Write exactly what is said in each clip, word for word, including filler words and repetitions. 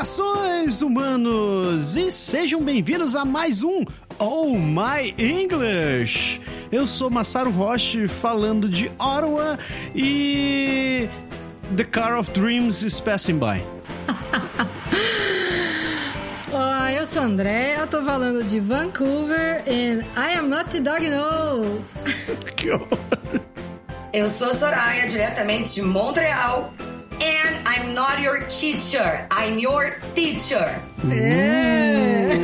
Saudações, humanos! E sejam bem-vindos a mais um Oh My English! Eu sou Masaru Roshi, falando de Ottawa e... The Car of Dreams is passing by. Olá, eu sou André, eu tô falando de Vancouver and I am not the dog no. Que horror! Eu sou Soraya, diretamente de Montreal. And I'm not your teacher, I'm your teacher. É.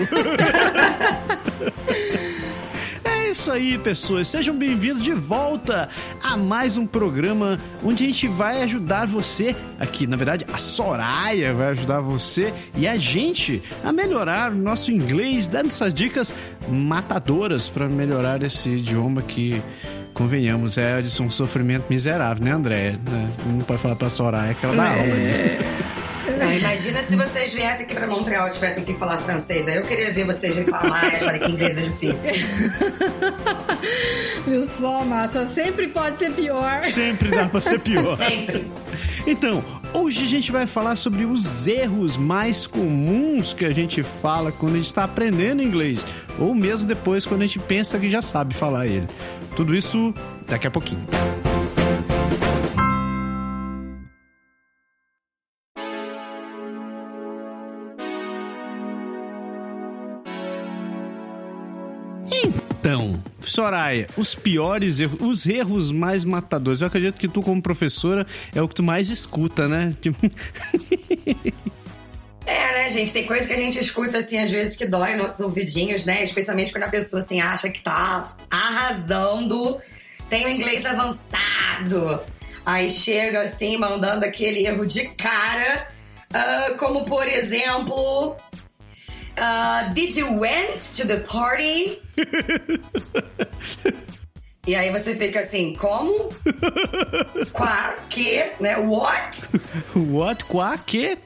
É isso aí, pessoas. Sejam bem-vindos de volta a mais um programa onde a gente vai ajudar você, aqui, na verdade, a Soraya vai ajudar você e a gente a melhorar o nosso inglês, dando essas dicas matadoras para melhorar esse idioma que... Convenhamos, é de um sofrimento miserável, né, André? Não pode falar pra Soraya que ela dá aula disso. Não, imagina se vocês viessem aqui pra Montreal e tivessem que falar francês. Aí eu queria ver vocês reclamarem e acharem que inglês é difícil. Viu só, massa? Sempre pode ser pior. Sempre dá pra ser pior. Sempre. Então, hoje a gente vai falar sobre os erros mais comuns que a gente fala quando a gente está aprendendo inglês, ou mesmo depois quando a gente pensa que já sabe falar ele. Tudo isso daqui a pouquinho. Então, Soraya, os piores erros, os erros mais matadores. Eu acredito que tu, como professora, é o que tu mais escuta, né? É, né, gente? Tem coisa que a gente escuta, assim, às vezes que dói nossos ouvidinhos, né? Especialmente quando a pessoa, assim, acha que tá arrasando, tem o inglês avançado. Aí chega, assim, mandando aquele erro de cara, uh, como, por exemplo... Uh, did you went to the party? E aí você fica assim, como? Quá, que, né? What? What? Quá, que?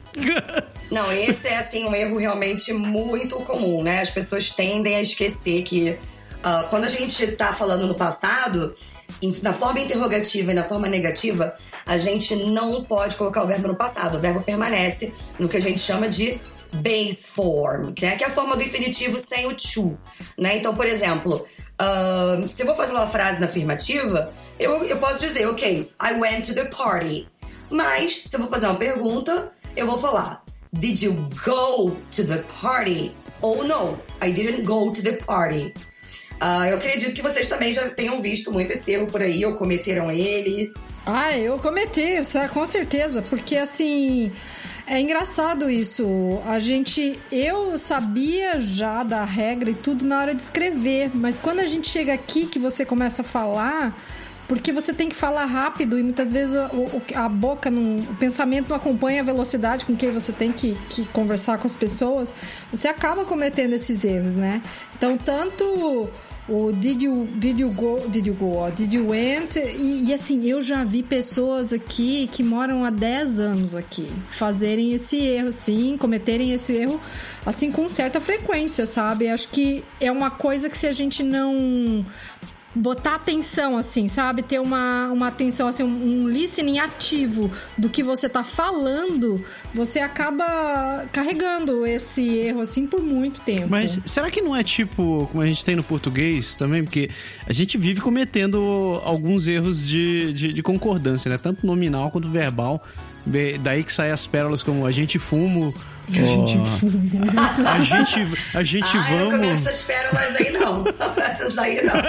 Não, esse é, assim, um erro realmente muito comum, né? As pessoas tendem a esquecer que uh, quando a gente tá falando no passado, na forma interrogativa e na forma negativa, a gente não pode colocar o verbo no passado. O verbo permanece no que a gente chama de base form, que é, que é a forma do infinitivo sem o to, né? Então, por exemplo, uh, se eu vou fazer uma frase na afirmativa, eu, eu posso dizer, ok, I went to the party. Mas, se eu vou fazer uma pergunta, eu vou falar, did you go to the party? Ou no, I didn't go to the party. Uh, eu acredito que vocês também já tenham visto muito esse erro por aí, ou cometeram ele. Ah, eu cometi, com certeza, porque assim... É engraçado isso, a gente, eu sabia já da regra e tudo na hora de escrever, mas quando a gente chega aqui que você começa a falar, porque você tem que falar rápido e muitas vezes a, a boca, não, o pensamento não acompanha a velocidade com que você tem que, que conversar com as pessoas, você acaba cometendo esses erros, né? Então, tanto... O did you, did you go, did you go, did you went, e, e assim, eu já vi pessoas aqui que moram há dez anos aqui fazerem esse erro, sim, cometerem esse erro, assim, com certa frequência, sabe? Acho que é uma coisa que se a gente não botar atenção, assim, sabe? Ter uma, uma atenção, assim, um, um listening ativo do que você tá falando, você acaba carregando esse erro, assim, por muito tempo. Mas será que não é tipo, como a gente tem no português também? Porque a gente vive cometendo alguns erros de, de, de concordância, né? Tanto nominal quanto verbal. Daí que saem as pérolas como a gente fumo... A gente fuma. A gente, a gente ah, vamos... eu não comento essas pérolas aí, não. Essas aí, não.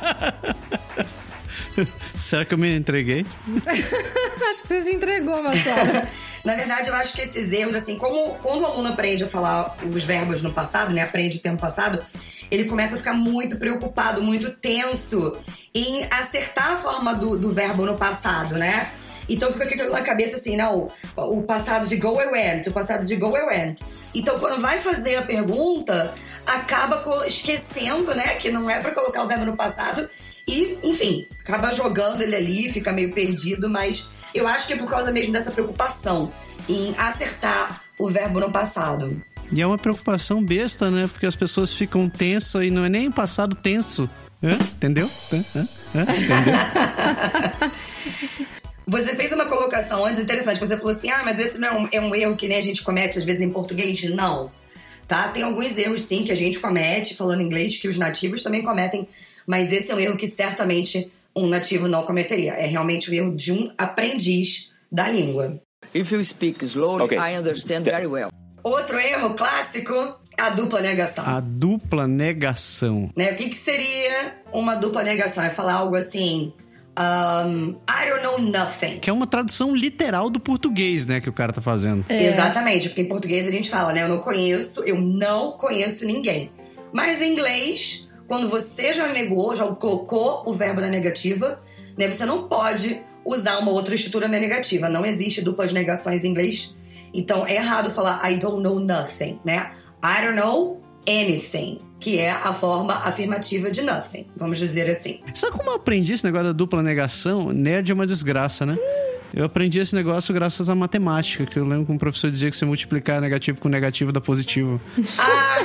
Será que eu me entreguei? Acho que você se entregou, Marcelo. Na verdade, eu acho que esses erros, assim, como quando o aluno aprende a falar os verbos no passado, né? Aprende o tempo passado, ele começa a ficar muito preocupado, muito tenso em acertar a forma do, do verbo no passado, né? Então fica aquilo na cabeça assim, não, o passado de go I went, o passado de go I went. Então quando vai fazer a pergunta, acaba esquecendo, né, que não é pra colocar o verbo no passado e, enfim, acaba jogando ele ali, fica meio perdido, mas eu acho que é por causa mesmo dessa preocupação em acertar o verbo no passado. E é uma preocupação besta, né, porque as pessoas ficam tensas e não é nem passado tenso. Hã? Entendeu? Hã? Hã? Entendeu? Você fez uma colocação antes interessante. Você falou assim, ah, mas esse não é um, é um erro que nem a gente comete às vezes em português? Não. Tá? Tem alguns erros, sim, que a gente comete falando inglês, que os nativos também cometem. Mas esse é um erro que certamente um nativo não cometeria. É realmente o erro de um aprendiz da língua. If you speak slowly, okay. I understand very well. Outro erro clássico, a dupla negação. A dupla negação. Né? O que, que seria uma dupla negação? É falar algo assim... Um, I don't know nothing. Que é uma tradução literal do português, né? Que o cara tá fazendo. É. Exatamente, porque em português a gente fala, né? Eu não conheço, eu não conheço ninguém. Mas em inglês, quando você já negou, já colocou o verbo na negativa, né? Você não pode usar uma outra estrutura na negativa. Não existe duplas negações em inglês. Então é errado falar I don't know nothing, né? I don't know anything, que é a forma afirmativa de nothing, vamos dizer assim. Sabe como eu aprendi esse negócio da dupla negação? Nerd é uma desgraça, né? Eu aprendi esse negócio graças à matemática, que eu lembro que um professor dizia que você multiplicar negativo com negativo dá positivo. Ah!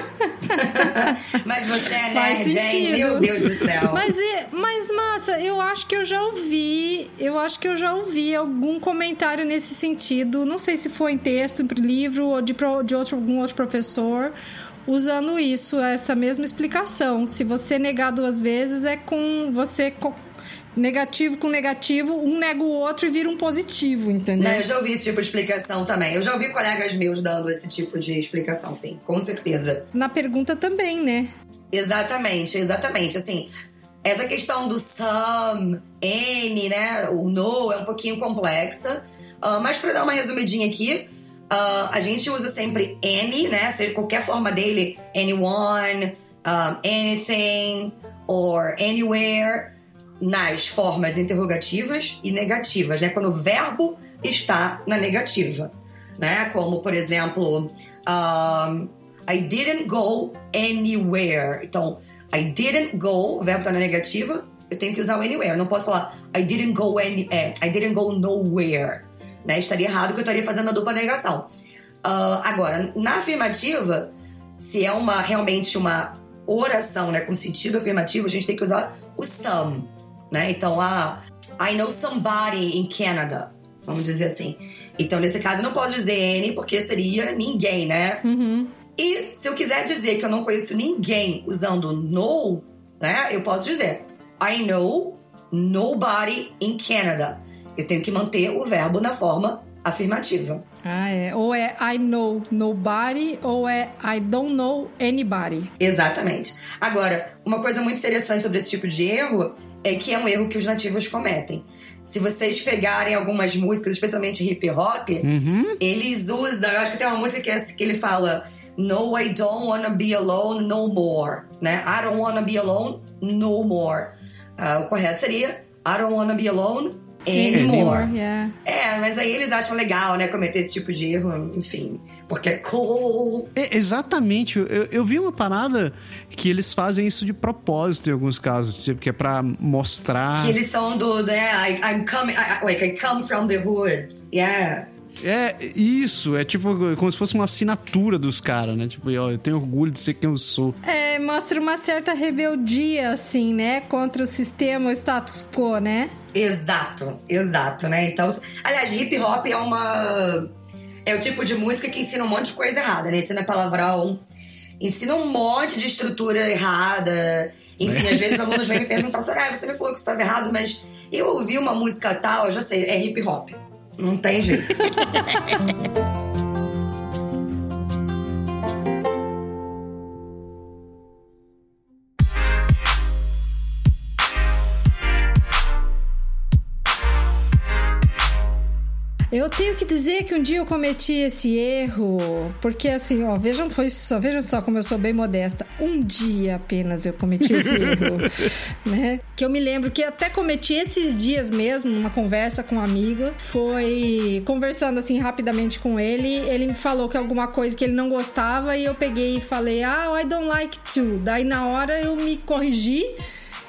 Mas você é nerd, hein? Meu Deus do céu. Mas, mas, massa, eu acho que eu já ouvi, eu acho que eu já ouvi algum comentário nesse sentido, não sei se foi em texto, em livro ou de, de outro, algum outro professor, usando isso, essa mesma explicação. Se você negar duas vezes, é com você... Com, negativo com negativo, um nega o outro e vira um positivo, entendeu? Não, eu já ouvi esse tipo de explicação também. Eu já ouvi colegas meus dando esse tipo de explicação, sim, com certeza. Na pergunta também, né? Exatamente, exatamente. Assim, essa questão do some, N, né, o no é um pouquinho complexa. Uh, mas pra dar uma resumidinha aqui, uh, a gente usa sempre any, né, seja qualquer forma dele, anyone, um, anything, or anywhere, nas formas interrogativas e negativas, né? Quando o verbo está na negativa, né? Como, por exemplo, um, I didn't go anywhere. Então, I didn't go, o verbo está na negativa, eu tenho que usar o anywhere. Eu não posso falar I didn't go any, é, I didn't go nowhere, né? Estaria errado, porque eu estaria fazendo a dupla negação. Uh, agora, na afirmativa, se é uma, realmente uma oração, né, com sentido afirmativo, a gente tem que usar o some. Né? Então, ah, I know somebody in Canada, vamos dizer assim. Então, nesse caso, eu não posso dizer any, porque seria ninguém, né? Uhum. E se eu quiser dizer que eu não conheço ninguém usando know, né? Eu posso dizer I know nobody in Canada. Eu tenho que manter o verbo na forma afirmativa. Ah, é. Ou é I know nobody ou é I don't know anybody. Exatamente. Agora, uma coisa muito interessante sobre esse tipo de erro é que é um erro que os nativos cometem. Se vocês pegarem algumas músicas, especialmente hip hop, uhum. eles usam... Eu acho que tem uma música que, é, que ele fala No, I don't wanna be alone no more. Né? I don't wanna be alone no more. Uh, o correto seria I don't wanna be alone anymore. anymore yeah. É, mas aí eles acham legal, né, cometer esse tipo de erro, enfim, porque é cool. É, exatamente, eu, eu vi uma parada que eles fazem isso de propósito em alguns casos, tipo, que é pra mostrar... Que eles são do, né, I, I'm coming, I, like, I come from the hoods, yeah. É, isso, é tipo como se fosse uma assinatura dos caras, né? Tipo, ó, eu tenho orgulho de ser quem eu sou. É, mostra uma certa rebeldia, assim, né? Contra o sistema, o status quo, né? Exato, exato, né? Então, aliás, hip hop é uma... É o tipo de música que ensina um monte de coisa errada, né? Ensina palavrão, ensina um monte de estrutura errada. Enfim, é. Às vezes os alunos vêm me perguntar, Soraya, você me falou que estava errado, mas eu ouvi uma música tal, eu já sei, é hip hop. Não tem jeito. Eu tenho que dizer que um dia eu cometi esse erro, porque assim, ó, vejam, foi só, vejam só como eu sou bem modesta. Um dia apenas eu cometi esse erro, né? Que eu me lembro que até cometi esses dias mesmo, numa conversa com um amigo. Foi conversando assim rapidamente com ele, ele me falou que alguma coisa que ele não gostava e eu peguei e falei, ah, I don't like to. Daí na hora eu me corrigi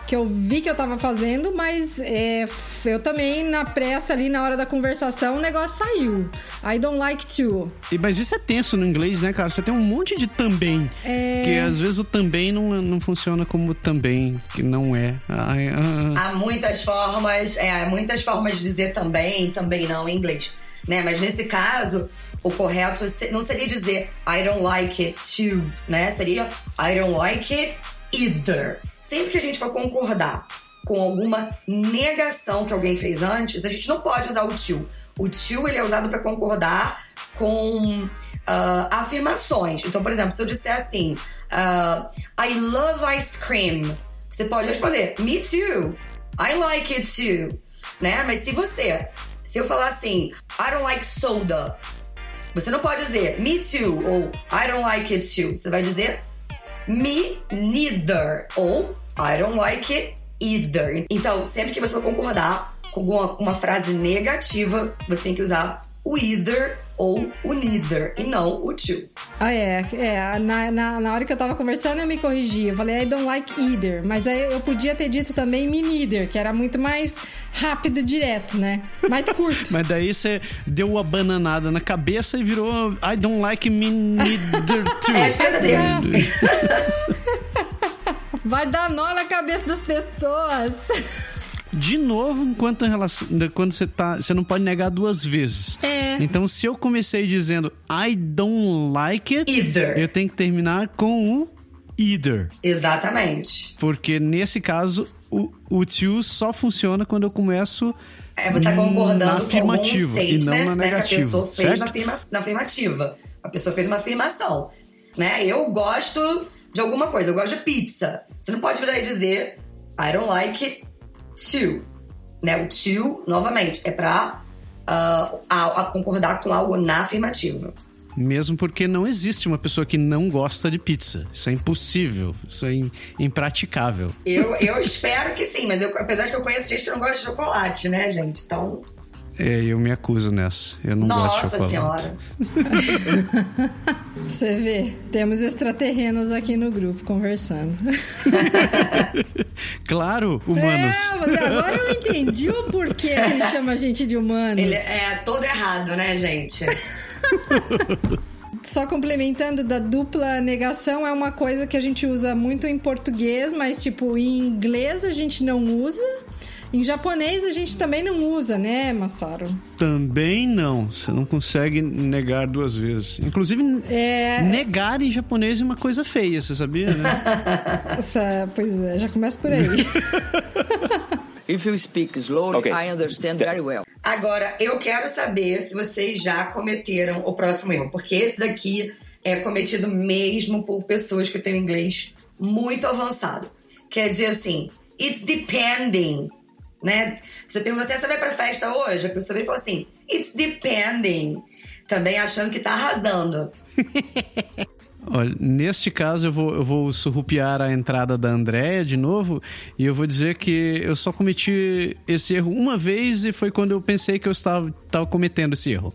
que eu vi que eu tava fazendo, mas é, eu também, na pressa ali, na hora da conversação, o negócio saiu. I don't like to. E, mas isso é tenso no inglês, né, cara? Você tem um monte de também. É... Que às vezes o também não, não funciona como também, que não é. Ai, ah. Há muitas formas, é, há muitas formas de dizer também, também não em inglês, né? Mas nesse caso, o correto não seria dizer I don't like it too, né? Seria I don't like it either. Sempre que a gente for concordar com alguma negação que alguém fez antes, a gente não pode usar o to. O to, ele é usado para concordar com uh, afirmações. Então, por exemplo, se eu disser assim, uh, I love ice cream, você pode responder, me too, I like it too, né? Mas se você, se eu falar assim, I don't like soda, você não pode dizer me too ou I don't like it too. Você vai dizer me neither ou I don't like it either. Então, sempre que você for concordar com uma, uma frase negativa, você tem que usar o either ou o neither e não o to. Ah, é. é na, na, na hora que eu tava conversando, eu me corrigi. Eu falei I don't like either. Mas aí eu podia ter dito também me neither, que era muito mais rápido e direto, né? Mais curto. Mas daí você deu uma bananada na cabeça e virou I don't like me neither too. É, assim. Vai dar nó na cabeça das pessoas. De novo, enquanto em relação, quando você tá, você não pode negar duas vezes. É. Então, se eu comecei dizendo I don't like it, either, eu tenho que terminar com o either. Exatamente. Porque nesse caso, o, o to só funciona quando eu começo é, você tá concordando na afirmativa com algum e não na né, negativa. Que a pessoa fez certo? na, afirma, na afirmativa. A pessoa fez uma afirmação. Né? Eu gosto de alguma coisa, eu gosto de pizza. Você não pode virar e dizer I don't like it to, né? O to, novamente, é pra uh, a, a concordar com algo na afirmativa. Mesmo porque não existe uma pessoa que não gosta de pizza. Isso é impossível, isso é in, impraticável. Eu, eu espero que sim, mas eu, apesar de que eu conheço gente que não gosta de chocolate, né, gente? Então... É, eu me acuso nessa. Eu não Nossa gosto de chocolate. Nossa Senhora. Você vê, temos extraterrenos aqui no grupo conversando. Claro, humanos. É, mas agora eu entendi o porquê que ele chama a gente de humanos. Ele é todo errado, né, gente? Só complementando, da dupla negação é uma coisa que a gente usa muito em português, mas tipo, em inglês a gente não usa. Em japonês a gente também não usa, né, Massaro? Também não. Você não consegue negar duas vezes. Inclusive, é... negar em japonês é uma coisa feia, você sabia, né? Essa, pois é, já começa por aí. If you speak slowly, okay. I understand very well. Agora, eu quero saber se vocês já cometeram o próximo erro, porque esse daqui é cometido mesmo por pessoas que têm inglês muito avançado. Quer dizer assim, it's depending, né? Você pergunta assim, você vai pra festa hoje? A pessoa vem e fala assim, it's depending. Também achando que tá arrasando. Olha, neste caso eu vou, eu vou surrupiar a entrada da Andréia de novo e eu vou dizer que eu só cometi esse erro uma vez e foi quando eu pensei que eu estava, estava cometendo esse erro.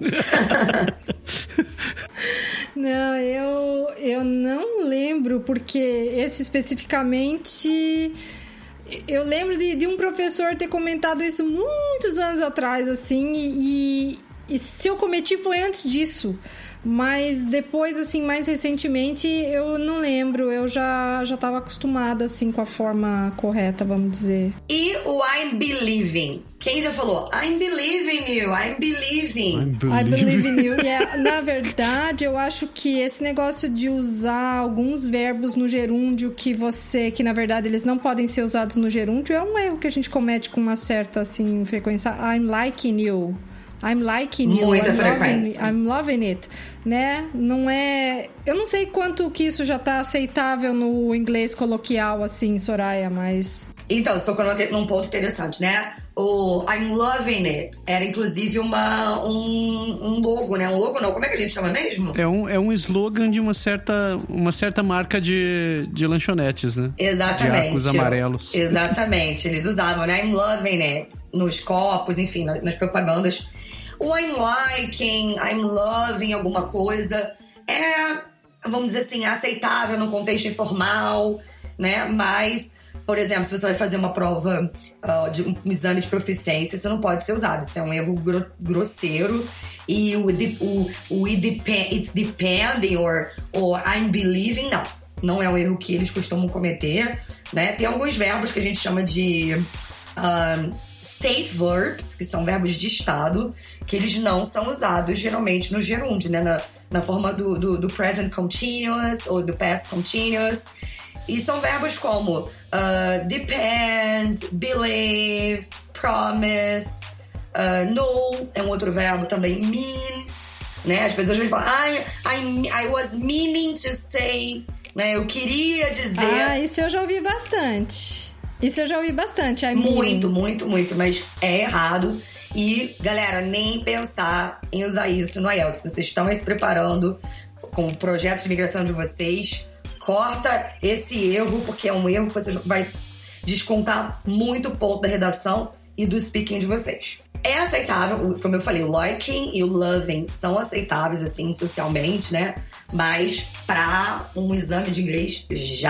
Não, eu, eu não lembro, porque esse especificamente... Eu lembro de, de um professor ter comentado isso muitos anos atrás, assim, e, e se eu cometi foi antes disso. Mas depois, assim, mais recentemente, eu não lembro. Eu já, já tava acostumada, assim, com a forma correta, vamos dizer. E o I'm believing? Quem já falou? I'm believing you, I'm believing. I'm believing, I believe in you. Yeah, na verdade, eu acho que esse negócio de usar alguns verbos no gerúndio que você... Que, na verdade, eles não podem ser usados no gerúndio é um erro que a gente comete com uma certa, assim, frequência. I'm liking you. I'm liking you. Muita I'm frequência. Loving, I'm loving it, né? Não é... Eu não sei quanto que isso já tá aceitável no inglês coloquial, assim, Soraya, mas... Então, você tocou num ponto interessante, né? O I'm loving it era, inclusive, uma, um, um logo, né? Um logo não, como é que a gente chama mesmo? É um, é um slogan de uma certa, uma certa marca de, de lanchonetes, né? Exatamente. De arcos amarelos. Exatamente. Eles usavam, né? I'm loving it. Nos copos, enfim, nas propagandas. O I'm liking, I'm loving alguma coisa é, vamos dizer assim, aceitável no contexto informal, né? Mas por exemplo, se você vai fazer uma prova uh, de um exame de proficiência, isso não pode ser usado. Isso é um erro gro- grosseiro. E o, o, o it depend, it's depending or, or I'm believing, não. Não é um erro que eles costumam cometer, né? Tem alguns verbos que a gente chama de um, state verbs, que são verbos de estado, que eles não são usados geralmente no gerúndio, né? Na, na forma do, do, do present continuous ou do past continuous. E são verbos como uh, depend, believe, promise, uh, know, é um outro verbo também, mean, né? As pessoas vão falar, I, I, I was meaning to say, né? Eu queria dizer... Ah, isso eu já ouvi bastante. Isso eu já ouvi bastante, I mean. Muito, muito, muito, mas é errado. E, galera, nem pensar em usar isso no I E L T S. Vocês estão aí se preparando com o projeto de migração de vocês. Corta esse erro, porque é um erro que você vai descontar muito ponto da redação e do speaking de vocês. É aceitável, como eu falei, o liking e o loving são aceitáveis, assim, socialmente, né? Mas para um exame de inglês,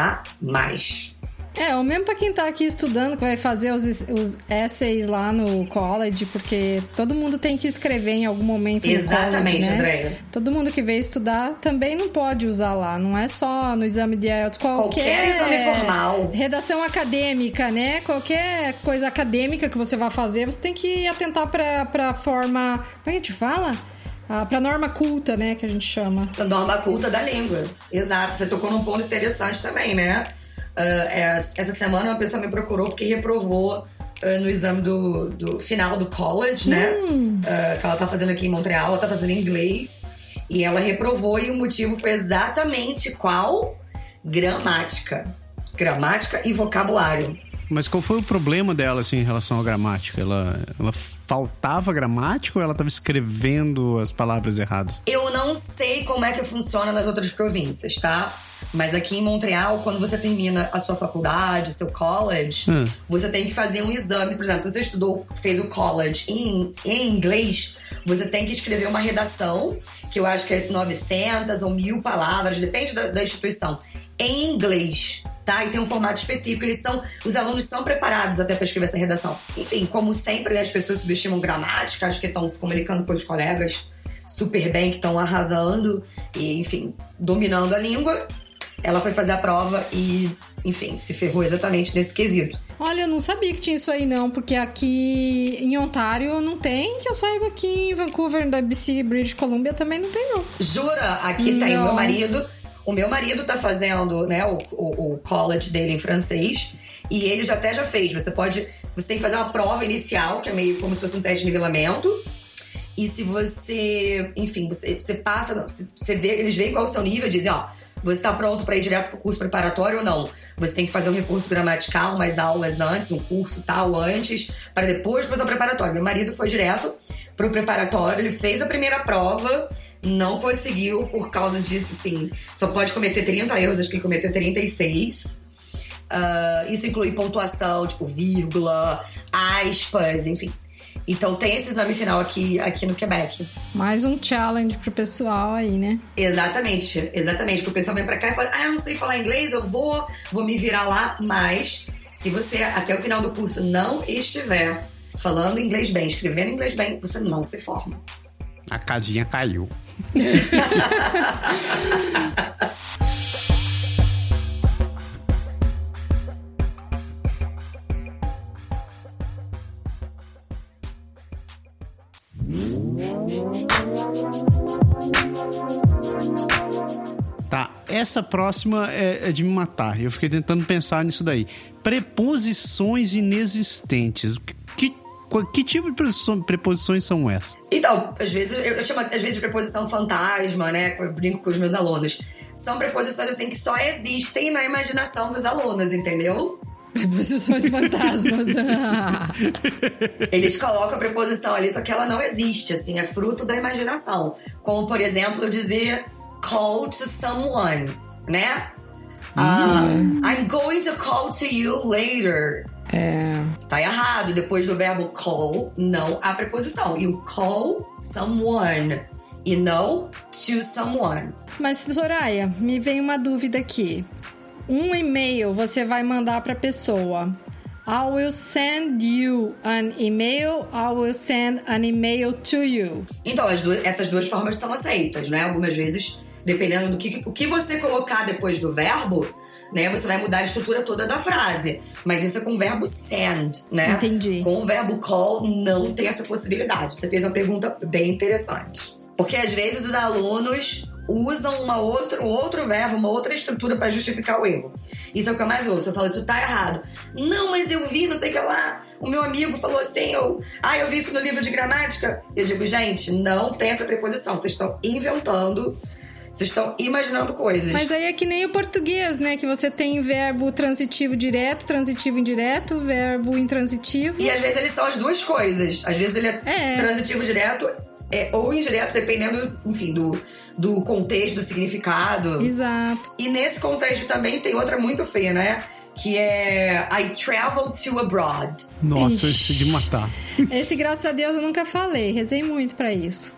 jamais. É, ou mesmo pra quem tá aqui estudando, que vai fazer os, os essays lá no college, porque todo mundo tem que escrever em algum momento no college, Exatamente, né? Andréia. Todo mundo que veio estudar também não pode usar lá, não é só no exame de I E L T S, qualquer, Qualquer exame formal. Redação acadêmica, né? Qualquer coisa acadêmica que você vai fazer, você tem que atentar pra, pra forma... Como é que a gente fala? Ah, pra norma culta, né? Que a gente chama. A norma culta da língua. Exato. Você tocou num ponto interessante também, né? Uh, essa semana uma pessoa me procurou porque reprovou uh, no exame do, do final do college, né? Hum. Uh, que ela tá fazendo aqui em Montreal, ela tá fazendo em inglês. E ela reprovou e o motivo foi exatamente qual? Gramática. Gramática e vocabulário. Mas qual foi o problema dela, assim, em relação à gramática? Ela, ela faltava gramática ou ela estava escrevendo as palavras erradas? Eu não sei como é que funciona nas outras províncias, tá? Mas aqui em Montreal, quando você termina a sua faculdade, o seu college, hum. você tem que fazer um exame. Por exemplo, se você estudou, fez o college em, em inglês, você tem que escrever uma redação, que eu acho que é novecentas ou mil palavras, depende da, da instituição, em inglês. Tá? E tem um formato específico, eles são, os alunos são preparados até para escrever essa redação. Enfim, como sempre, né, as pessoas subestimam gramática, acho que estão se comunicando com os colegas super bem, que estão arrasando e, enfim, dominando a língua. Ela foi fazer a prova e, enfim, se ferrou exatamente nesse quesito. Olha, eu não sabia que tinha isso aí não, porque aqui em Ontário não tem, que eu saiba. Aqui em Vancouver, da B C, British Columbia, também não tem não. Jura? Aqui não. Tem o meu marido... O meu marido tá fazendo, né, o, o, o college dele em francês. E ele já até já fez. Você pode... Você tem que fazer uma prova inicial, que é meio como se fosse um teste de nivelamento. E se você... Enfim, você, você passa... Você vê, eles veem qual é o seu nível e dizem, ó... Você tá pronto pra ir direto pro curso preparatório ou não? Você tem que fazer um recurso gramatical, umas aulas antes, um curso tal antes, para depois fazer o preparatório. Meu marido foi direto pro preparatório, ele fez a primeira prova, não conseguiu por causa disso, enfim. Só pode cometer trinta erros, acho que ele cometeu trinta e seis. Uh, isso inclui pontuação, tipo vírgula, aspas, enfim. Então tem esse exame final aqui, aqui no Quebec. Mais um challenge pro pessoal aí, né? Exatamente, exatamente. Que o pessoal vem pra cá e fala, ah, eu não sei falar inglês, eu vou, vou me virar lá. Mas se você até o final do curso não estiver falando inglês bem, escrevendo inglês bem, você não se forma. A casinha caiu. Tá, essa próxima é, é de me matar. Eu fiquei tentando pensar nisso daí. Preposições inexistentes. Que, que tipo de preposições são essas? Então, às vezes, eu chamo às vezes de preposição fantasma, né? Eu brinco com os meus alunos. São preposições assim que só existem na imaginação dos alunos, entendeu? Preposições fantasmas. Eles colocam a preposição ali, só que ela não existe, assim, é fruto da imaginação. Como, por exemplo, dizer call to someone, né? Uh, I'm going to call to you later. É. Tá errado. Depois do verbo call, não há preposição. You call someone e não to someone. Mas, Soraya, me vem uma dúvida aqui. um e-mail você vai mandar pra pessoa. I will send you an email. I will send an email to you. Então, as duas, essas duas formas são aceitas, né? Algumas vezes, dependendo do que, o que você colocar depois do verbo, né? Você vai mudar a estrutura toda da frase. Mas isso é com o verbo send, né? Entendi. Com o verbo call, não tem essa possibilidade. Você fez uma pergunta bem interessante. Porque, às vezes, os alunos usam uma outra, um outro verbo, uma outra estrutura para justificar o erro. Isso é o que eu mais ouço. Eu falo, isso tá errado. Não, mas eu vi, não sei o que lá. O meu amigo falou assim, eu... Ah, eu vi isso no livro de gramática. Eu digo, gente, não tem essa preposição. Vocês estão inventando... Vocês estão imaginando coisas. Mas aí é que nem o português, né? Que você tem verbo transitivo direto, transitivo indireto, verbo intransitivo. E às vezes eles são as duas coisas. Às vezes ele é, é. transitivo direto é, ou indireto, dependendo, enfim, do... do contexto, do significado. Exato. E nesse contexto também tem outra muito feia, né? Que é I travel to abroad. Nossa, esse de matar. Esse, graças a Deus, eu nunca falei. Rezei muito pra isso.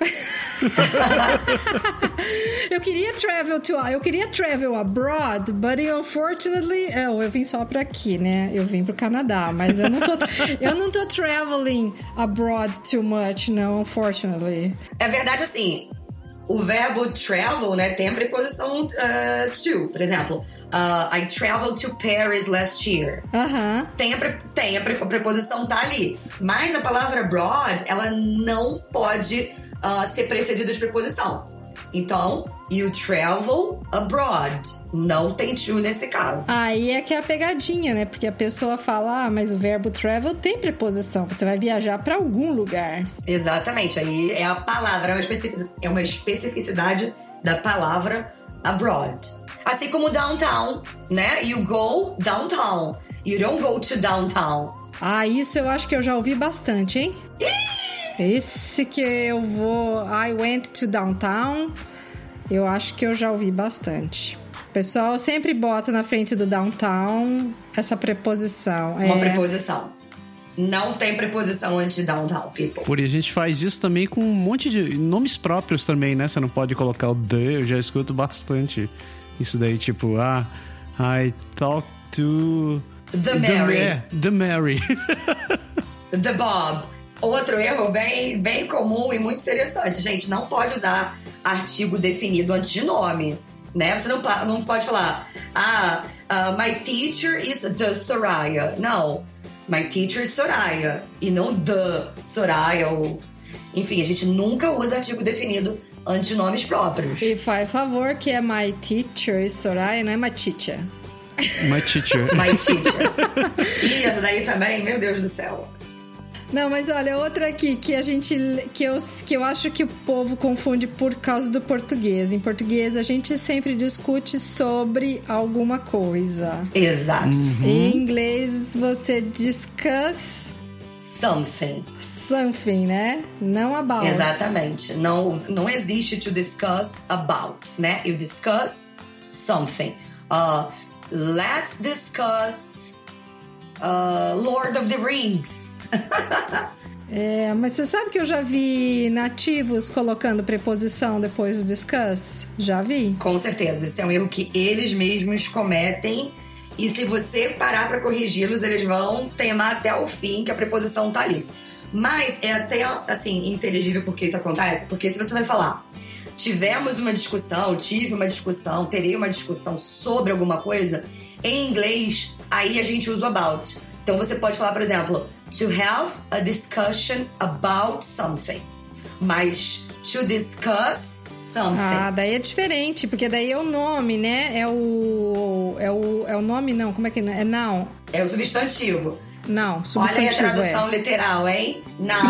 eu queria travel to... Eu queria travel abroad, but unfortunately... Eu, eu vim só pra aqui, né? Eu vim pro Canadá, mas eu não tô... eu não tô traveling abroad too much, não, unfortunately. É verdade, assim... O verbo travel, né, tem a preposição uh, to. Por exemplo, uh, I traveled to Paris last year. Uh-huh. Tem, a, pre- tem a, pre- a preposição tá ali. Mas a palavra abroad, ela não pode uh, ser precedida de preposição. Então, you travel abroad. Não tem to nesse caso. Aí é que é a pegadinha, né? Porque a pessoa fala, ah, mas o verbo travel tem preposição. Você vai viajar pra algum lugar. Exatamente. Aí é a palavra, é uma, especific... é uma especificidade da palavra abroad. Assim como downtown, né? You go downtown. You don't go to downtown. Ah, isso eu acho que eu já ouvi bastante, hein? Esse que eu vou... I went to downtown. Eu acho que eu já ouvi bastante. O pessoal sempre bota na frente do downtown essa preposição. Uma é... preposição. Não tem preposição antes de downtown, people. Por aí a gente faz isso também com um monte de nomes próprios também, né? Você não pode colocar o the. Eu já escuto bastante isso daí, tipo... Ah, I talk to... The Mary. The, the Mary. The Bob. Outro erro bem, bem comum e muito interessante. Gente, não pode usar artigo definido antes de nome, né? Você não, não pode falar, ah, uh, my teacher is the Soraya. Não, my teacher is Soraya. E não the Soraya. Ou... Enfim, a gente nunca usa artigo definido antes de nomes próprios. E faz favor que é my teacher is Soraya, não é my teacher. My teacher. My teacher. E essa daí também, meu Deus do céu. Não, mas olha, outra aqui que a gente que eu, que eu acho que o povo confunde por causa do português. Em português a gente sempre discute sobre alguma coisa. Exato. Uhum. Em inglês você discuss something. Something, né? Não about. Exatamente. Não, não existe to discuss about, né? You discuss something. Uh, let's discuss uh, Lord of the Rings. É, mas você sabe que eu já vi nativos colocando preposição depois do discuss? Já vi. Com certeza. Esse é um erro que eles mesmos cometem. E se você parar pra corrigi-los, eles vão teimar até o fim que a preposição tá ali. Mas é até, assim, inteligível porque isso acontece. Porque se você vai falar, tivemos uma discussão, tive uma discussão, terei uma discussão sobre alguma coisa, em inglês, aí a gente usa o about. Então você pode falar, por exemplo, to have a discussion about something. Mas to discuss something. Ah, daí é diferente, porque daí é o nome, né? É o... É o, é o nome, não. Como é que... É não. É o substantivo. Não, substantivo. Olha aí a tradução é. literal, hein? Não.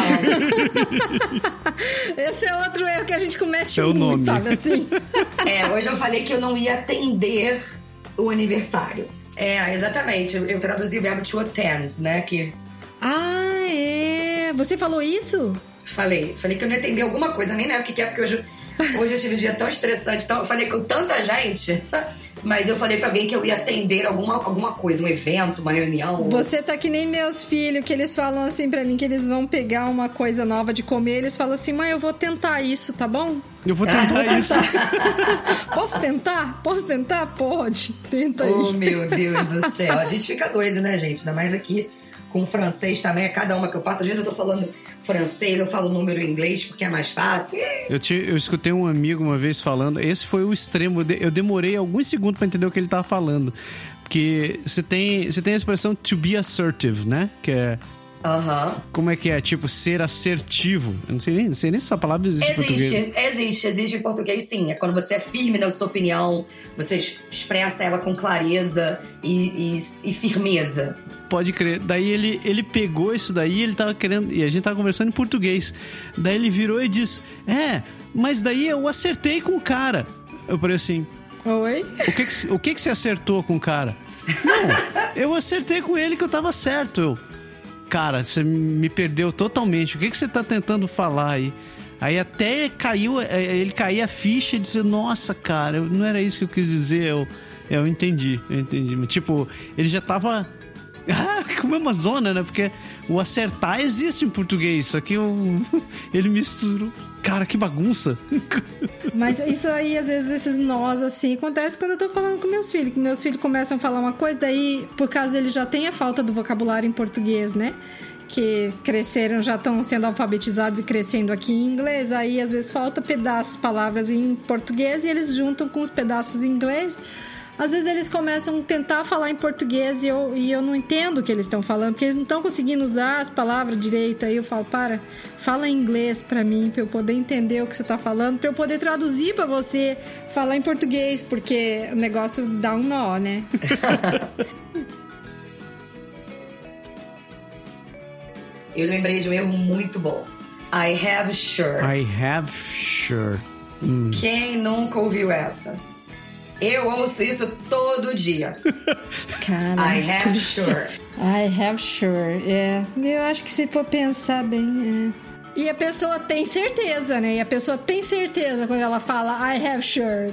Esse é outro erro que a gente comete é o muito, nome. sabe assim? É, hoje eu falei que eu não ia atender o aniversário. É, exatamente. Eu traduzi o verbo to attend, né? Que... Ah, é. Você falou isso? Falei. Falei que eu não ia atender alguma coisa. Nem lembro o que é, porque hoje, hoje eu tive um dia tão estressante. Tão, eu falei com tanta gente. Mas eu falei pra alguém que eu ia atender alguma, alguma coisa, um evento, uma reunião. Você tá que nem meus filhos, que eles falam assim pra mim, que eles vão pegar uma coisa nova de comer, eles falam assim, mãe, eu vou tentar isso, tá bom? Eu vou tentar ah, isso. Posso tentar? Posso tentar? Pode. Tenta aí. Oh, meu Deus do céu. A gente fica doido, né, gente? Ainda mais aqui com francês também. É cada uma que eu faço. Às vezes eu tô falando francês, eu falo o número em inglês porque é mais fácil. Eu, te, eu escutei um amigo uma vez falando, esse foi o extremo. Eu demorei alguns segundos pra entender o que ele tava falando. Porque você tem, você tem a expressão to be assertive, né? Que é... Aham. Uhum. Como é que é? Tipo, ser assertivo. Eu não sei nem, não sei nem se essa palavra existe, existe em português. Existe, existe em português sim. É quando você é firme na sua opinião, você expressa ela com clareza e, e, e firmeza. Pode crer. Daí ele, ele pegou isso daí, ele tava querendo... E a gente tava conversando em português. Daí ele virou e disse, é, mas daí eu acertei com o cara. Eu falei assim... Oi? O que que, o que, que você acertou com o cara? Não, eu acertei com ele que eu tava certo. Eu... Cara, você me perdeu totalmente. O que, que você tá tentando falar aí? Aí até caiu, ele caía a ficha e dizia, nossa, cara, não era isso que eu quis dizer. Eu, eu entendi, eu entendi. Mas, tipo, ele já tava como é uma zona, né? Porque o acertar existe em português, só que eu, ele misturou. Cara, que bagunça. Mas isso aí, às vezes, esses nós, assim, acontece quando eu tô falando com meus filhos. Que meus filhos começam a falar uma coisa, daí, por causa eles já têm a falta do vocabulário em português, né? Que cresceram, já estão sendo alfabetizados e crescendo aqui em inglês. Aí, às vezes, falta pedaços, palavras em português e eles juntam com os pedaços em inglês. Às vezes eles começam a tentar falar em português e eu, e eu não entendo o que eles estão falando, porque eles não estão conseguindo usar as palavras direito. Aí eu falo, para, fala em inglês pra mim, pra eu poder entender o que você tá falando, pra eu poder traduzir pra você falar em português, porque o negócio dá um nó, né? Eu lembrei de um erro muito bom. I have sure. I have sure. Hum. Quem nunca ouviu essa? Eu ouço isso todo dia. Cara, I have sure. I have sure, é. Eu acho que se for pensar bem, é. E a pessoa tem certeza, né? E a pessoa tem certeza quando ela fala I have sure.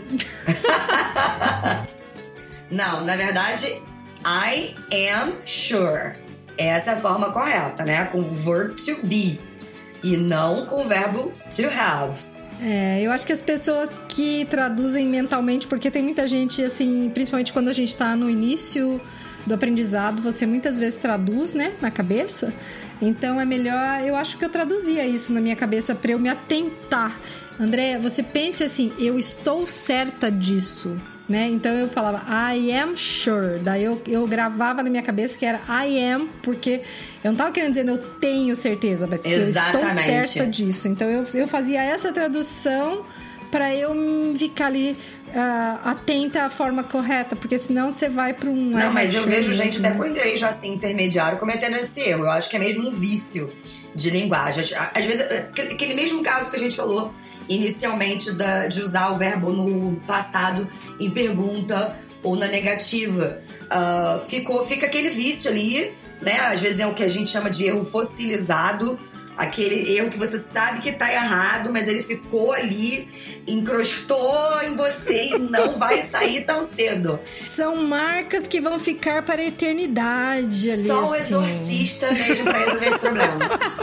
Não, na verdade, I am sure. Essa é a forma correta, né? Com o verb to be. E não com o verbo to have. É, eu acho que as pessoas que traduzem mentalmente, porque tem muita gente, assim, principalmente quando a gente tá no início do aprendizado, você muitas vezes traduz, né, na cabeça. Então é melhor, eu acho que eu traduzia isso na minha cabeça pra eu me atentar. André, você pense assim, eu estou certa disso, né? Então eu falava I am sure. Daí eu, eu gravava na minha cabeça que era I am, porque eu não tava querendo dizer eu tenho certeza, mas exatamente. Eu estou certa disso. Então eu, eu fazia essa tradução para eu ficar ali uh, atenta à forma correta, porque senão você vai para um... Não, mas eu vejo gente até com inglês já assim, intermediário, cometendo esse erro. Eu acho que é mesmo um vício de linguagem. Às vezes, aquele mesmo caso que a gente falou inicialmente da, de usar o verbo no passado em pergunta ou na negativa. Uh, ficou, fica aquele vício ali, né? Às vezes é o que a gente chama de erro fossilizado, aquele erro que você sabe que tá errado, mas ele ficou ali, encrostou em você e não vai sair tão cedo. São marcas que vão ficar para a eternidade ali. Só o assim. exorcista mesmo pra resolver esse problema.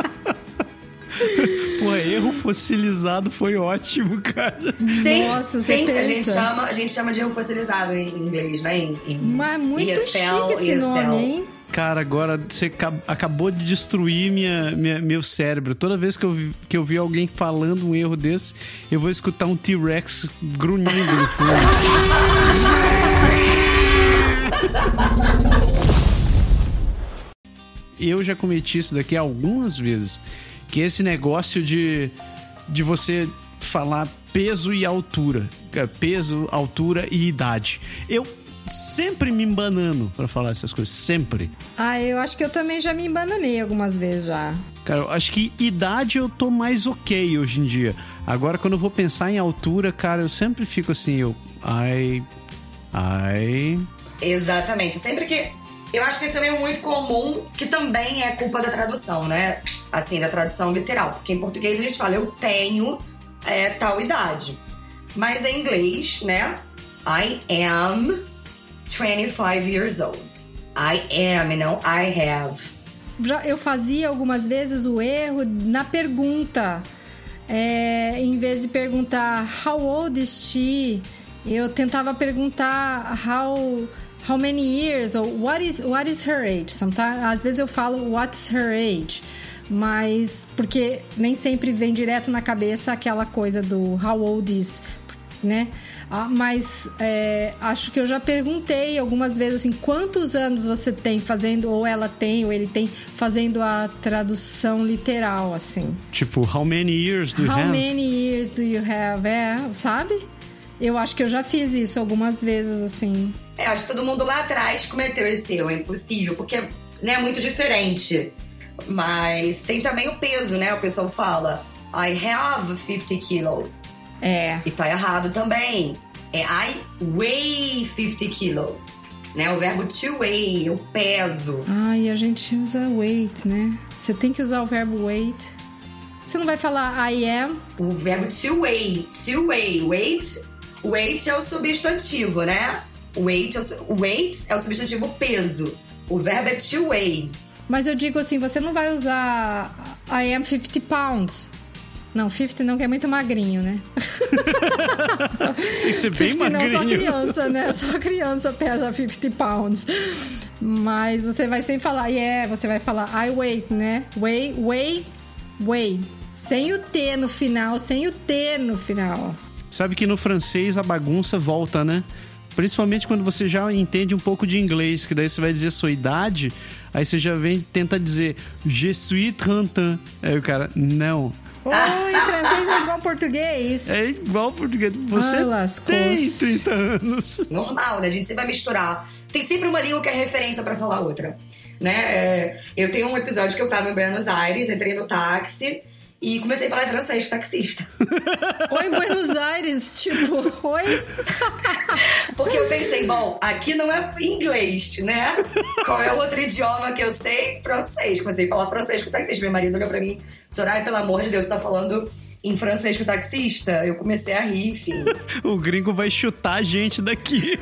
Pô, erro fossilizado foi ótimo, cara. Sim, Nossa, sim, pensa. a gente chama, a gente chama de erro fossilizado em inglês, né? Em, em Mas muito E F L, chique esse E S L. nome, hein? Cara, agora você acabou de destruir minha, minha, meu cérebro. Toda vez que eu, vi, que eu vi alguém falando um erro desse, eu vou escutar um T-Rex grunhindo no fundo. Eu já cometi isso daqui algumas vezes. Que é esse negócio de, de você falar peso e altura. Peso, altura e idade. Eu sempre me embanando pra falar essas coisas. Sempre. Ah, eu acho que eu também já me embananei algumas vezes já. Cara, eu acho que idade eu tô mais ok hoje em dia. Agora, quando eu vou pensar em altura, cara, eu sempre fico assim, eu... Ai... Ai... Exatamente. Sempre que... Eu acho que esse é um erro muito comum, que também é culpa da tradução, né? Assim, da tradução literal. Porque em português a gente fala, eu tenho é, tal idade. Mas em inglês, né? I am twenty-five years old. I am, não I have. Já eu fazia algumas vezes o erro na pergunta. É, em vez de perguntar how old is she, eu tentava perguntar how, how many years ou what is, what is her age. Sometimes, às vezes eu falo what's her age, mas porque nem sempre vem direto na cabeça aquela coisa do how old is, né? Ah, mas é, acho que eu já perguntei algumas vezes assim, quantos anos você tem fazendo, ou ela tem, ou ele tem, fazendo a tradução literal, assim. Tipo, how many years do you how have? How many years do you have? É, sabe? Eu acho que eu já fiz isso algumas vezes, assim. É, acho que todo mundo lá atrás cometeu esse erro, é impossível, porque né, é muito diferente. Mas tem também o peso, né? O pessoal fala, I have fifty kilos. É. E tá errado também. É I weigh fifty kilos. Né? O verbo to weigh, o peso. Ai, a gente usa weight, né? Você tem que usar o verbo weight. Você não vai falar I am? O verbo to weigh. To weigh. Weight. Weight é o substantivo, né? Weight é o, weight é o substantivo peso. O verbo é to weigh. Mas eu digo assim, você não vai usar I am fifty pounds. Não, cinquenta não, que é muito magrinho, né? Tem que ser bem magrinho. Não, só criança, né? Só criança pesa cinquenta pounds. Mas você vai sempre falar, yeah, você vai falar I weigh, né? Weigh, weigh, weigh. Sem o T no final, sem o T no final. Sabe que no francês a bagunça volta, né? Principalmente quando você já entende um pouco de inglês, que daí você vai dizer sua idade, aí você já vem tenta dizer je suis trente ans. Aí o cara, não. Oh, em francês é igual português. É igual português. Você ah, tem trinta anos. Normal, né? A gente sempre vai misturar. Tem sempre uma língua que é referência pra falar outra. Né? É, eu tenho um episódio que eu tava em Buenos Aires, entrei no táxi e comecei a falar francês, taxista. Oi, Buenos Aires, tipo, oi? Porque eu pensei, bom, aqui não é inglês, né? Qual é o outro idioma que eu sei? Francês. Comecei a falar francês com o taxista. Meu marido olhou pra mim, Soraya, pelo amor de Deus, você tá falando em francês com o taxista? Eu comecei a rir, enfim. O gringo vai chutar a gente daqui.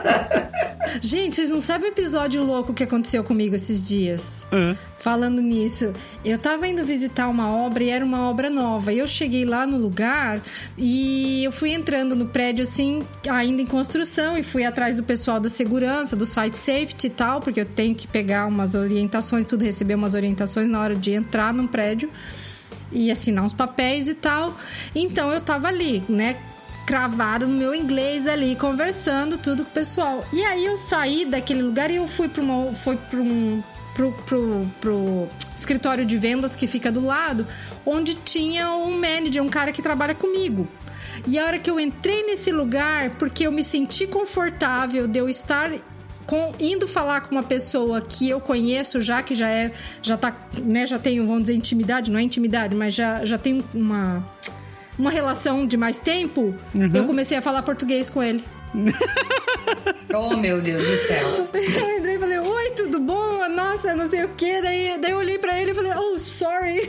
Gente, vocês não sabem o episódio louco que aconteceu comigo esses dias? Uhum. Falando nisso, eu tava indo visitar uma obra e era uma obra nova. E eu cheguei lá no lugar e eu fui entrando no prédio, assim, ainda em construção. E fui atrás do pessoal da segurança, do site safety e tal, porque eu tenho que pegar umas orientações, tudo, receber umas orientações na hora de entrar num prédio e assinar uns papéis e tal. Então eu tava ali, né, cravado no meu inglês ali, conversando tudo com o pessoal. E aí eu saí daquele lugar e eu fui para uma, fui para um Pro, pro, pro escritório de vendas que fica do lado, onde tinha um manager, um cara que trabalha comigo. E a hora que eu entrei nesse lugar, porque eu me senti confortável de eu estar com, indo falar com uma pessoa que eu conheço já, que já é, já tá, né, já tenho, vamos dizer, intimidade, não é intimidade, mas já, já tem uma, uma relação de mais tempo, uhum. Eu comecei a falar português com ele. Oh, meu Deus do céu. Eu entrei e falei, oi, tudo bom? Nossa, não sei o que. Daí, daí eu olhei pra ele e falei, oh, sorry.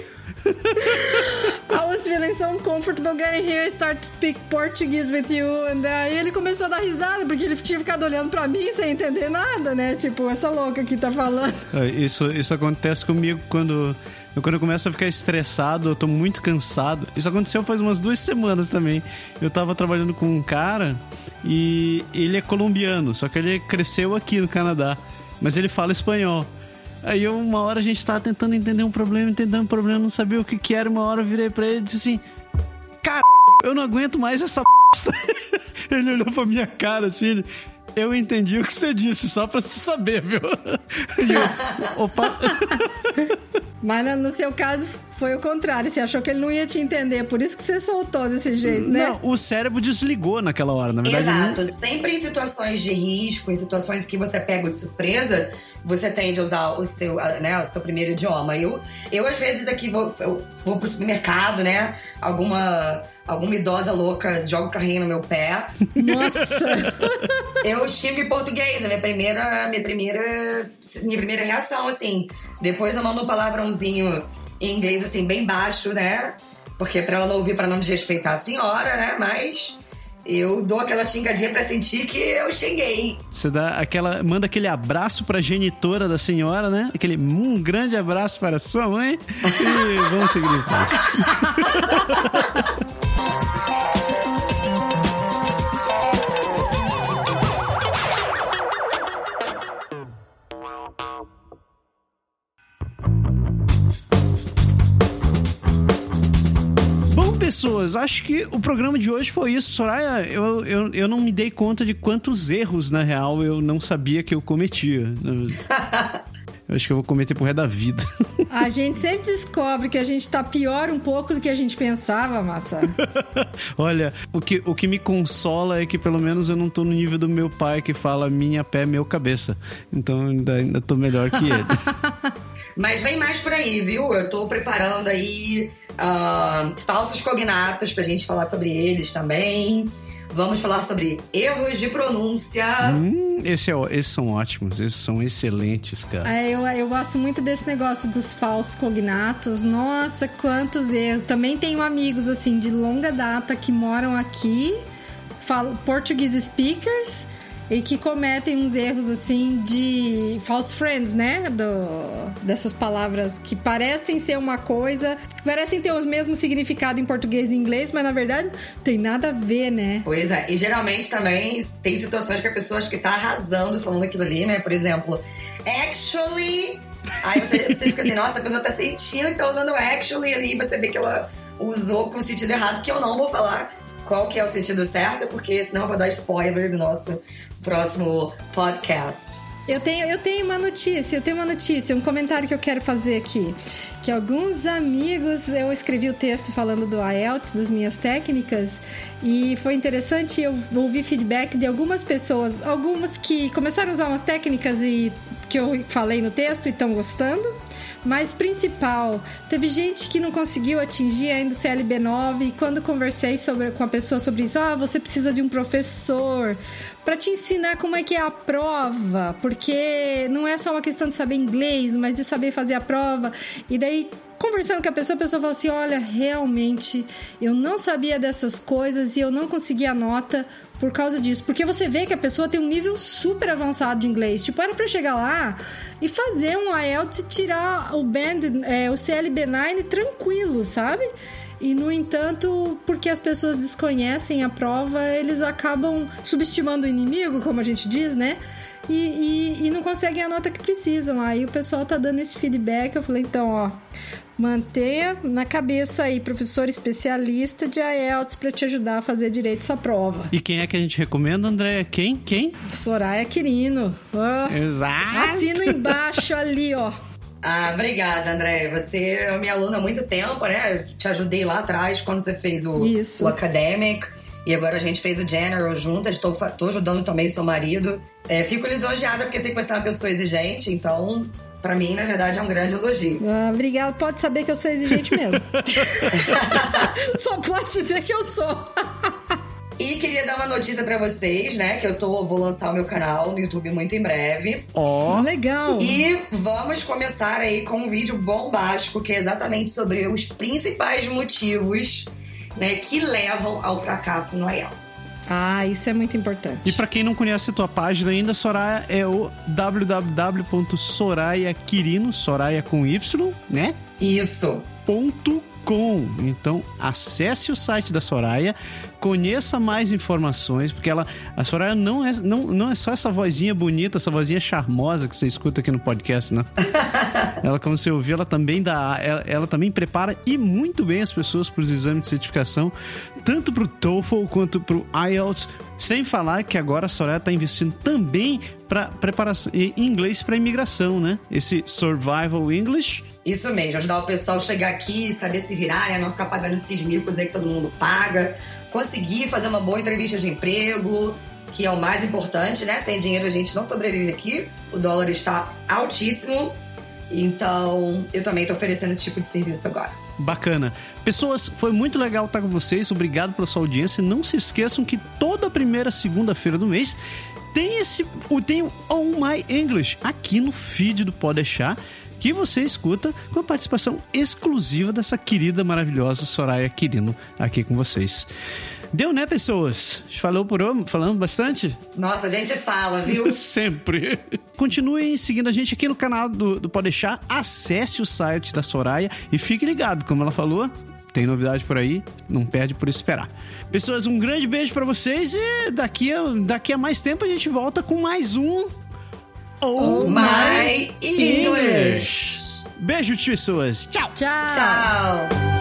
I was feeling so uncomfortable getting here, start to speak Portuguese with you. And aí ele começou a dar risada, porque ele tinha ficado olhando pra mim sem entender nada, né? Tipo, essa louca que tá falando. Isso, isso acontece comigo quando... Eu, quando eu começo a ficar estressado, eu tô muito cansado. Isso aconteceu faz umas duas semanas também. Eu tava trabalhando com um cara e ele é colombiano, só que ele cresceu aqui no Canadá, mas ele fala espanhol. Aí eu, uma hora a gente tava tentando entender um problema, entendendo um problema, não sabia o que que era. Uma hora eu virei pra ele e disse assim, cara, eu não aguento mais essa bosta. Ele olhou pra minha cara assim, ele... Eu entendi o que você disse, só pra você saber, viu? Eu, opa. Mas no seu caso foi o contrário, você achou que ele não ia te entender, por isso que você soltou desse jeito, né? Não, o cérebro desligou naquela hora, na verdade. Exato, não... sempre em situações de risco, em situações que você pega de surpresa, você tende a usar o seu, né, o seu primeiro idioma. Eu, eu às vezes, aqui vou, eu vou pro supermercado, né? Alguma, alguma idosa louca joga o carrinho no meu pé. Nossa! Eu xingo em português, a minha primeira, minha primeira, minha primeira reação, assim. Depois eu mando um palavrãozinho em inglês, assim, bem baixo, né? Porque pra ela não ouvir, pra não desrespeitar a senhora, né? Mas eu dou aquela xingadinha pra sentir que eu xinguei. Você dá aquela, manda aquele abraço pra genitora da senhora, né? Aquele um grande abraço para sua mãe e vamos seguir em frente. Pessoas, acho que o programa de hoje foi isso. Soraya, eu, eu, eu não me dei conta de quantos erros, na real, eu não sabia que eu cometia. Eu acho que eu vou cometer pro resto da vida. A gente sempre descobre que a gente tá pior um pouco do que a gente pensava, Massa. Olha, o que, o que me consola é que pelo menos eu não tô no nível do meu pai que fala minha pé, meu cabeça. Então ainda, ainda tô melhor que ele. Mas vem mais por aí, viu? Eu tô preparando aí uh, falsos cognatos pra gente falar sobre eles também. Vamos falar sobre erros de pronúncia. Hum, esse é, esses são ótimos, esses são excelentes, cara. É, eu, eu gosto muito desse negócio dos falsos cognatos. Nossa, quantos erros. Também tenho amigos, assim, de longa data que moram aqui, falam portuguese speakers, e que cometem uns erros, assim, de false friends, né? Do, dessas palavras que parecem ser uma coisa, que parecem ter os mesmos significados em português e inglês, mas, na verdade, tem nada a ver, né? Pois é. E, geralmente, também, tem situações que a pessoa acha que tá arrasando falando aquilo ali, né? Por exemplo, actually... Aí você, você fica assim, nossa, a pessoa tá sentindo que tá usando actually ali, você vê que ela usou com o sentido errado, que eu não vou falar qual que é o sentido certo, porque senão eu vou dar spoiler do nosso próximo podcast. Eu tenho, eu tenho uma notícia, eu tenho uma notícia, um comentário que eu quero fazer aqui. Que alguns amigos, eu escrevi o texto falando do I E L T S, das minhas técnicas, e foi interessante, eu ouvi feedback de algumas pessoas, algumas que começaram a usar umas técnicas e que eu falei no texto e estão gostando. Mas principal, teve gente que não conseguiu atingir ainda o C L B nove, e quando conversei sobre, com a pessoa sobre isso, ah, você precisa de um professor para te ensinar como é que é a prova, porque não é só uma questão de saber inglês, mas de saber fazer a prova. E daí, conversando com a pessoa, a pessoa falou assim, olha, realmente, eu não sabia dessas coisas e eu não consegui a nota por causa disso. Porque você vê que a pessoa tem um nível super avançado de inglês. Tipo, era pra chegar lá e fazer um I E L T S e tirar o band, é, o C L B nove tranquilo, sabe? E, no entanto, porque as pessoas desconhecem a prova, eles acabam subestimando o inimigo, como a gente diz, né? E, e, e não conseguem a nota que precisam. Aí o pessoal tá dando esse feedback. Eu falei, então, ó, mantenha na cabeça aí, professor especialista de I E L T S pra te ajudar a fazer direito essa prova. E quem é que a gente recomenda, André? Quem? Quem? Soraya Quirino. Oh, exato. assino embaixo ali, ó. Ah, obrigada, André. Você é minha aluna há muito tempo, né? Eu te ajudei lá atrás quando você fez o, o Academic. E agora a gente fez o General juntas. Tô, tô ajudando também seu marido. É, fico lisonjeada porque sei que você é uma pessoa exigente. Então, pra mim, na verdade, é um grande elogio. Ah, obrigada. Pode saber que eu sou exigente mesmo. Só posso dizer que eu sou. E queria dar uma notícia pra vocês, né? Que eu tô, vou lançar o meu canal no YouTube muito em breve. Ó, oh, legal! E vamos começar aí com um vídeo bombástico, que é exatamente sobre os principais motivos, né, que levam ao fracasso no I E L T S. Ah, isso é muito importante. E pra quem não conhece a tua página ainda, Soraya, é o w w w ponto soraya quirino, Soraya com Y, né? Isso. Ponto com. Então, acesse o site da Soraya, conheça mais informações, porque ela, a Soraya não é, não, não é só essa vozinha bonita, essa vozinha charmosa que você escuta aqui no podcast, né? Ela, como você ouviu, ela também dá, ela, ela também prepara e muito bem as pessoas para os exames de certificação, tanto para o TOEFL quanto para o I E L T S. Sem falar que agora a Soraya está investindo também para preparação em inglês para imigração, né? Esse Survival English. Isso mesmo, ajudar o pessoal a chegar aqui e saber se virar, né? Não ficar pagando esses micos aí que todo mundo paga. Conseguir fazer uma boa entrevista de emprego, que é o mais importante, né? Sem dinheiro a gente não sobrevive aqui. O dólar está altíssimo. Então, eu também estou oferecendo esse tipo de serviço agora. Bacana. Pessoas, foi muito legal estar com vocês. Obrigado pela sua audiência. Não se esqueçam que toda primeira segunda-feira do mês tem esse, tem o Oh My English aqui no feed do Pode Deixar, que você escuta com a participação exclusiva dessa querida, maravilhosa Soraya Quirino aqui com vocês. Deu, né, pessoas? Falou por hoje, falando bastante? Nossa, a gente fala, viu? Sempre. Continuem seguindo a gente aqui no canal do, do Pode Deixar. Acesse o site da Soraya e fique ligado, como ela falou. Tem novidade por aí, não perde por esperar. Pessoas, um grande beijo pra vocês e daqui a, daqui a mais tempo a gente volta com mais um Oh, oh My English. Beijo, pessoas. Tchau. Tchau. Tchau.